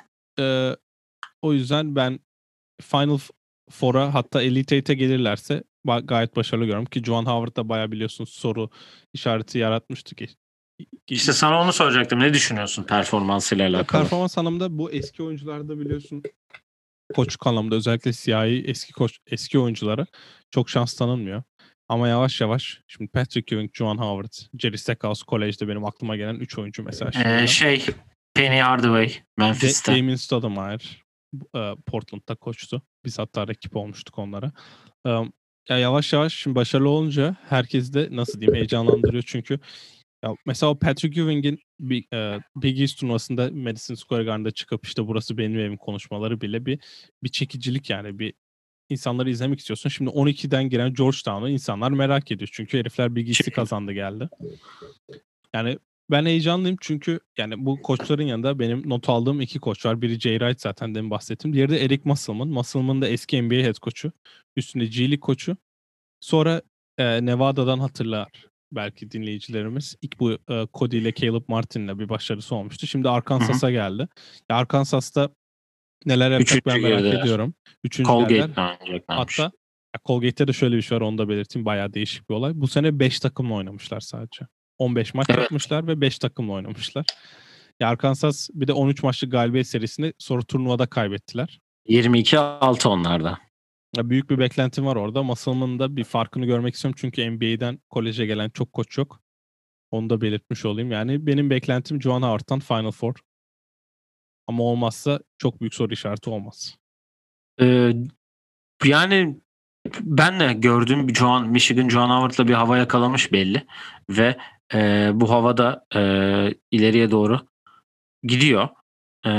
o yüzden ben Final Four'a hatta Elite Eight'e gelirlerse gayet başarılı görüyorum ki Juwan Howard da bayağı biliyorsunuz soru işareti yaratmıştı ki. İşte sana onu soracaktım. Ne düşünüyorsun performansıyla alakalı? Performans anlamda bu eski oyuncularda biliyorsun koçluk anlamda özellikle siyahi eski oyunculara çok şans tanınmıyor. Ama yavaş yavaş şimdi Patrick Ewing, Juwan Howard, Jerry Stackhouse College'de benim aklıma gelen 3 oyuncu mesela şimdi. Penny Hardaway Memphis'te. Damien Stoudemire Portland'da koçtu. Biz hatta rakip olmuştuk onlara. Ya yavaş yavaş şimdi başarılı olunca herkes de nasıl diyeyim heyecanlandırıyor çünkü ya mesela o Patrick Ewing'in Big East turnuvasında Madison Square Garden'da çıkıp işte burası benim evim konuşmaları bile bir çekicilik yani bir insanları izlemek istiyorsun. Şimdi 12'den giren Georgetown'u insanlar merak ediyor. Çünkü herifler Big East'i kazandı geldi. Yani Ben heyecanlıyım çünkü yani bu koçların yanında benim not aldığım 2 koç var. Biri Jay Wright zaten demin bahsettim. Diğeri de Eric Musselman. Musselman da eski NBA head koçu. Üstünde G League koçu. Sonra Nevada'dan hatırlar belki dinleyicilerimiz. İlk bu Cody ile Caleb Martin'le bir başarısı olmuştu. Şimdi Hı hı. Arkansas'a geldi. Ya Arkansas'ta neler yapacak ben Üçüncü merak girdiler. ediyorum. Üçüncü geldiler. Colgate'den oynayacaklarmış. Hatta Colgate'te de şöyle bir şey var, onu da belirteyim. Bayağı değişik bir olay. Bu sene 5 takımla oynamışlar sadece. 15 maç Evet. yapmışlar ve 5 takımla oynamışlar. Ya Arkansas bir de 13 maçlık galibiyet serisini sonra turnuvada kaybettiler. 22-6 onlarda. Ya büyük bir beklentim var orada. Musselman'ın da bir farkını görmek istiyorum. Çünkü NBA'den koleje gelen çok koç yok. Onu da belirtmiş olayım. Yani benim beklentim Juwan Howard'tan Final Four. Ama olmazsa çok büyük soru işareti olmaz. Ee, Yani ben de gördüğüm Michigan Juwan Howard'la bir hava yakalamış belli ve bu havada ileriye doğru gidiyor. E,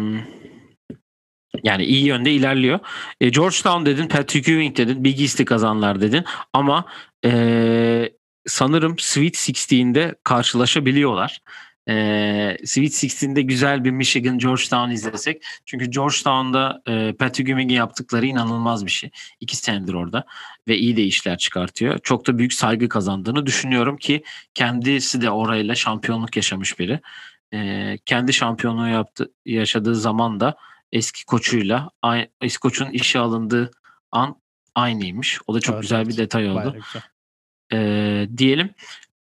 Yani iyi yönde ilerliyor. Georgetown dedin, Patrick Ewing dedin, Big East'i kazanlar dedin ama sanırım Sweet 16'de karşılaşabiliyorlar. Sweet 16'de güzel bir Michigan Georgetown izlesek. Çünkü Georgetown'da Patrick Ewing'in yaptıkları inanılmaz bir şey. 2 senedir orada ve iyi de işler çıkartıyor. Çok da büyük saygı kazandığını düşünüyorum ki kendisi de orayla şampiyonluk yaşamış biri. Kendi şampiyonluğu yaşadığı zaman da eski koçuyla eski koçun işe alındığı an aynıymış. O da çok Evet, güzel bir detay oldu. bayağı güzel. Diyelim.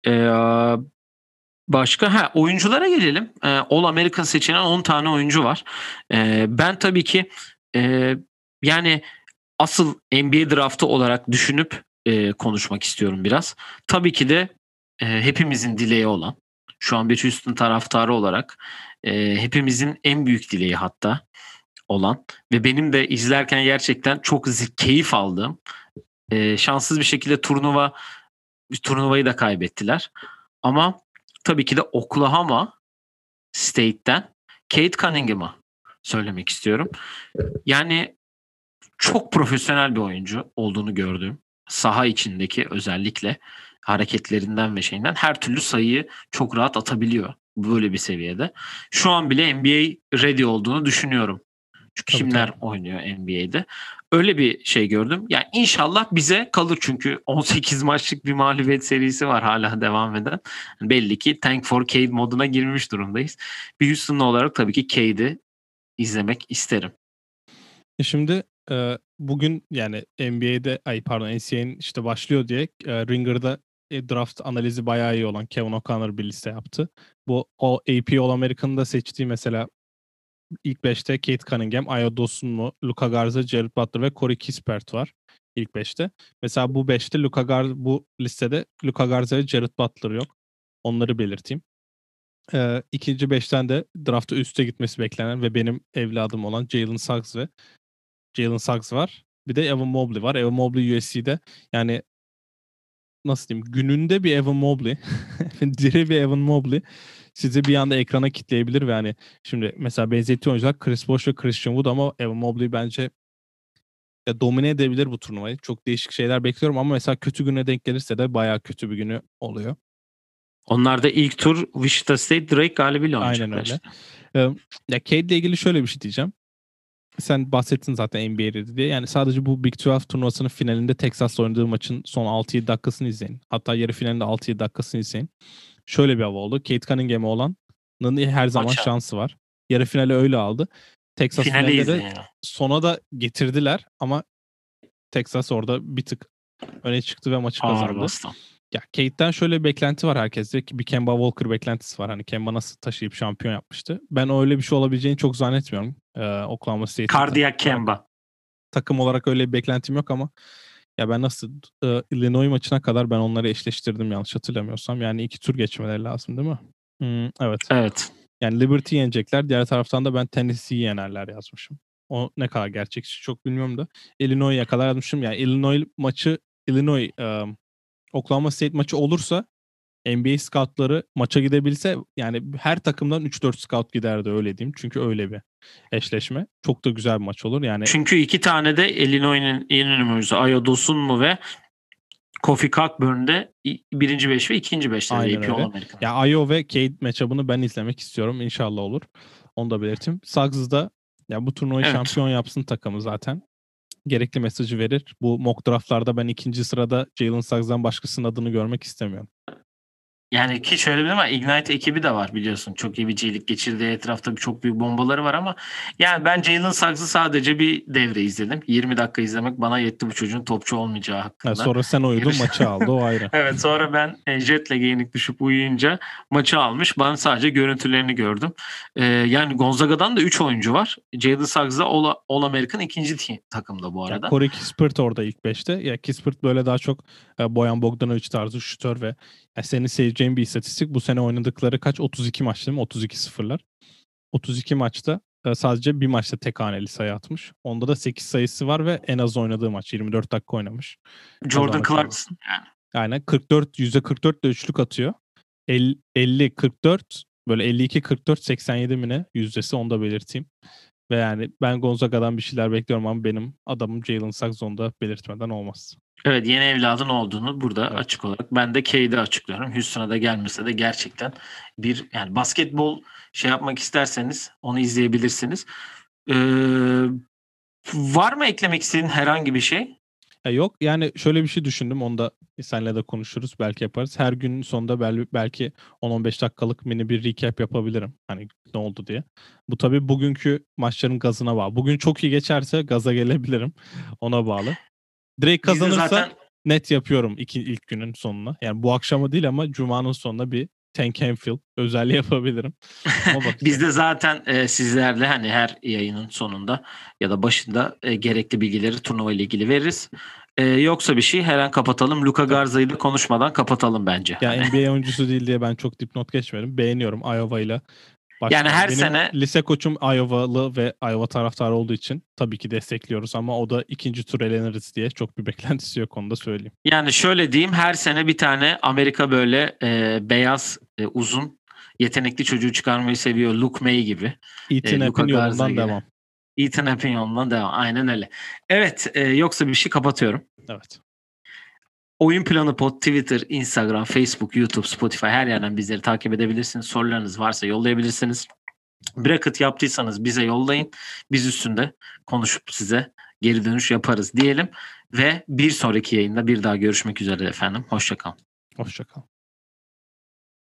Başka oyunculara gelelim. All American seçilen 10 tane oyuncu var. Ben tabii ki yani asıl NBA draftı olarak düşünüp konuşmak istiyorum biraz. Tabii ki de hepimizin dileği olan, şu an bir Houston taraftarı olarak hepimizin en büyük dileği hatta olan ve benim de izlerken gerçekten çok keyif aldığım, şanssız bir şekilde turnuvayı da kaybettiler. Ama tabii ki de Oklahoma State'ten Cade Cunningham'ı söylemek istiyorum. Yani çok profesyonel bir oyuncu olduğunu gördüm. Saha içindeki özellikle hareketlerinden ve şeyinden her türlü sayıyı çok rahat atabiliyor böyle bir seviyede. Şu an bile NBA ready olduğunu düşünüyorum. Çünkü kimler oynuyor NBA'de. Öyle bir şey gördüm. Yani inşallah bize kalır çünkü 18 maçlık bir mağlubiyet serisi var hala devam eden. Belli ki Tank for Cade moduna girmiş durumdayız. Bir Houston'lı olarak tabii ki Cade'i izlemek isterim. Şimdi bugün yani NCAA'nin işte başlıyor diye Ringer'da draft analizi bayağı iyi olan Kevin O'Connor bir liste yaptı. Bu o AP All-American'ı da seçtiği mesela ilk 5'te Cade Cunningham, Ayo Dosunmu, Luka Garza, Jared Butler ve Corey Kispert var ilk 5'te. Mesela bu 5'te bu listede Luka Garza ve Jared Butler yok. Onları belirteyim. İkinci 5'ten de drafta üste gitmesi beklenen ve benim evladım olan Jalen Suggs var. Bir de Evan Mobley var. Evan Mobley USC'de yani nasıl diyeyim gününde bir Evan Mobley diri bir Evan Mobley sizi bir anda ekrana kitleyebilir ve hani şimdi mesela benzettiği oyuncular Chris Bosh ve Christian Wood ama Evan Mobley bence domine edebilir bu turnuvayı. Çok değişik şeyler bekliyorum ama mesela kötü güne denk gelirse de bayağı kötü bir günü oluyor. Onlar da ilk tur Wichita State Drake galibiyle oynayacaklar. Aynen öyle. Ya Cade ile ilgili şöyle bir şey diyeceğim. Sen bahsettin zaten NBA'de diye. Yani sadece bu Big 12 turnuvasının finalinde Texas'la oynadığı maçın son 6-7 dakikasını izleyin. Hatta yarı finalinde 6-7 dakikasını izleyin. Şöyle bir hava oldu. Cade Cunningham'e olanın her zaman şansı var. Yarı finali öyle aldı. Texas finalde de sona da getirdiler ama Texas orada bir tık öne çıktı ve maçı kazandı. Ya Cade'den şöyle bir beklenti var herkeste. Bir Kemba Walker beklentisi var. Hani Kemba nasıl taşıyıp şampiyon yapmıştı. Ben öyle bir şey olabileceğini çok zannetmiyorum. Oklahoma State'in Cardiac Kemba. Takım olarak öyle bir beklentim yok ama ya ben nasıl Illinois maçına kadar ben onları eşleştirdim yanlış hatırlamıyorsam. Yani 2 tur geçmeleri lazım değil mi? Evet. Evet. Yani Liberty yenecekler. Diğer taraftan da ben Tennessee'yi yenerler yazmışım. O ne kadar gerçekçi çok bilmiyorum da. Illinois'ya kadar yazmışım. Yani Illinois Oklahoma State maçı olursa NBA scoutları maça gidebilse yani her takımdan 3-4 scout giderdi öyle diyeyim. Çünkü öyle bir eşleşme. Çok da güzel bir maç olur. Yani çünkü 2 tane de Illinois'in en önemli oyuncusu Ayo Dosunmu ve Kofi Cockburn'de birinci 5 ve ikinci 5'te Aynen AP öyle. All-American. Ya Io ve Cade matchup'ını ben izlemek istiyorum. İnşallah olur. Onu da belirteyim. Suggs da ya bu turnuvayı Evet. şampiyon yapsın takımı zaten. Gerekli mesajı verir. Bu mock draftlarda ben ikinci sırada Jalen Suggs'dan başkasının adını görmek istemiyorum. Yani ki şöyle bir ama Ignite ekibi de var biliyorsun. Çok iyi bir G-League geçirdiği etrafta çok büyük bombaları var ama yani ben Jalen Suggs'ı sadece bir devre izledim. 20 dakika izlemek bana yetti bu çocuğun topçu olmayacağı hakkında. Sonra sen uyudun, maçı aldı, o ayrı. Evet, sonra ben jetle yenik düşüp uyuyunca maçı almış. Ben sadece görüntülerini gördüm. Yani Gonzaga'dan da 3 oyuncu var. Jalen Suggs da All-American ikinci takımda bu arada. Corey Kispert orada ilk 5'te. Ya Kispert böyle daha çok Boyan Bogdanovic tarzı şutör ve senin seveceğin bir istatistik. Bu sene oynadıkları kaç? 32 maç değil mi? 32-0'lar. 32 maçta sadece bir maçta tek haneli sayı atmış. Onda da 8 sayısı var ve en az oynadığı maç. 24 dakika oynamış. Jordan Clarkson yani. Aynen. %44 ile üçlük atıyor. 50-44 böyle 52-44-87 mi ne yüzdesi, onu da belirteyim. Ve yani ben Gonzaga'dan bir şeyler bekliyorum ama benim adamım Jalen Suggs, onu da belirtmeden olmaz. Evet, yeni evladın olduğunu burada açık olarak ben de Cade'i açıklıyorum. Houston'a da gelmese de gerçekten bir yani basketbol şey yapmak isterseniz onu izleyebilirsiniz. Var mı eklemek istediğin herhangi bir şey? Yok yani şöyle bir şey düşündüm, onu da seninle de konuşuruz, belki yaparız. Her günün sonunda belki 10-15 dakikalık mini bir recap yapabilirim. Hani ne oldu diye. Bu tabii bugünkü maçların gazına bağlı. Bugün çok iyi geçerse gaza gelebilirim. Ona bağlı. Drake kazanırsa zaten net yapıyorum ilk günün sonuna. Yani bu akşama değil ama Cuma'nın sonuna bir Tank Hemphill özelliği yapabilirim. Biz de zaten sizlerle hani her yayının sonunda ya da başında gerekli bilgileri turnuva ile ilgili veririz. Yoksa bir şey her an kapatalım. Luka Garza'yı da konuşmadan kapatalım bence. Ya hani. NBA oyuncusu değil diye ben çok dipnot geçmedim. Beğeniyorum Iowa'yla. Yani her benim sene lise koçum Iowa'lı ve Iowa taraftarı olduğu için tabii ki destekliyoruz ama o da ikinci tur eleniriz diye çok bir beklentisi yok, onu da söyleyeyim. Yani şöyle diyeyim, her sene bir tane Amerika böyle beyaz uzun yetenekli çocuğu çıkarmayı seviyor. Luke May gibi. Ethan Happ'in yolundan devam. Ethan Happ'in yolundan devam. Aynen öyle. Evet, yoksa bir şey kapatıyorum. Evet. Oyun Planı Pod, Twitter, Instagram, Facebook, YouTube, Spotify, her yerden bizleri takip edebilirsiniz. Sorularınız varsa yollayabilirsiniz. Bracket yaptıysanız bize yollayın. Biz üstünde konuşup size geri dönüş yaparız diyelim. Ve bir sonraki yayında bir daha görüşmek üzere efendim. Hoşça kalın. Hoşça kalın.